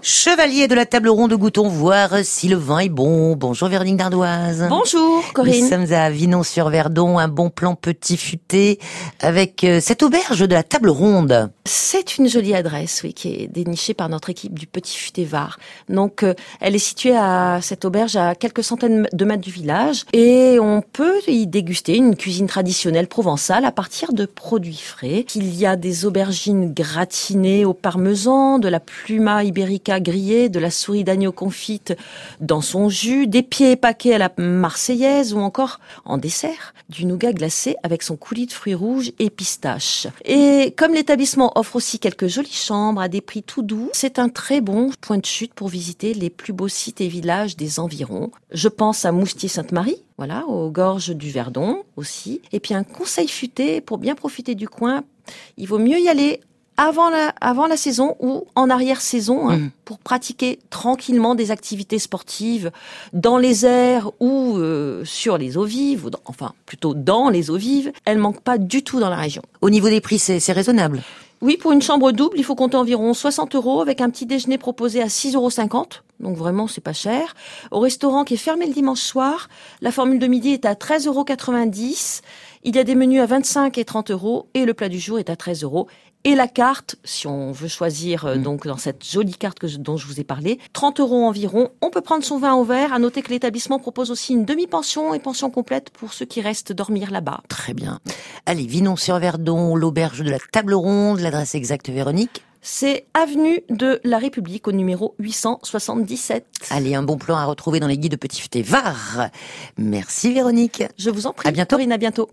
Chevalier de la table ronde, goûtons voir si le vin est bon. Bonjour Véronique Dardoise. Bonjour Corinne. Nous sommes à Vinon-sur-Verdon, un bon plan petit futé avec cette auberge de la table ronde. C'est une jolie adresse, oui, qui est dénichée par notre équipe du Petit Futé Var. Donc, elle est située à cette auberge à quelques centaines de mètres du village et on peut y déguster une cuisine traditionnelle provençale à partir de produits frais. Il y a des aubergines gratinées au parmesan, de la pluma ibérica grillée, de la souris d'agneau confite dans son jus, des pieds épaqués à la marseillaise ou encore, en dessert, du nougat glacé avec son coulis de fruits rouges et pistaches. Et comme l'établissement offre aussi quelques jolies chambres à des prix tout doux, c'est un très bon point de chute pour visiter les plus beaux sites et villages des environs. Je pense à Moustier-Sainte-Marie, voilà, aux gorges du Verdon aussi. Et puis un conseil futé pour bien profiter du coin, il vaut mieux y aller avant la saison ou en arrière-saison, pour pratiquer tranquillement des activités sportives dans les airs ou sur les eaux vives, enfin plutôt dans les eaux vives. Elles manquent pas du tout dans la région. Au niveau des prix, c'est raisonnable. Oui, pour une chambre double, il faut compter environ 60 € avec un petit déjeuner proposé à 6,50 €. Donc vraiment, c'est pas cher. Au restaurant qui est fermé le dimanche soir, la formule de midi est à 13,90 €. Il y a des menus à 25 et 30 € et le plat du jour est à 13 €. Et la carte, si on veut choisir donc dans cette jolie carte dont je vous ai parlé, 30 € environ. On peut prendre son vin au verre. À noter que l'établissement propose aussi une demi-pension et pension complète pour ceux qui restent dormir là-bas. Très bien. Allez, Vinon-sur-Verdon, l'auberge de la table ronde, l'adresse exacte Véronique. C'est avenue de la République au numéro 877. Allez, un bon plan à retrouver dans les guides de Petit Futé Var. Merci Véronique. Je vous en prie. À bientôt. Corinne, à bientôt.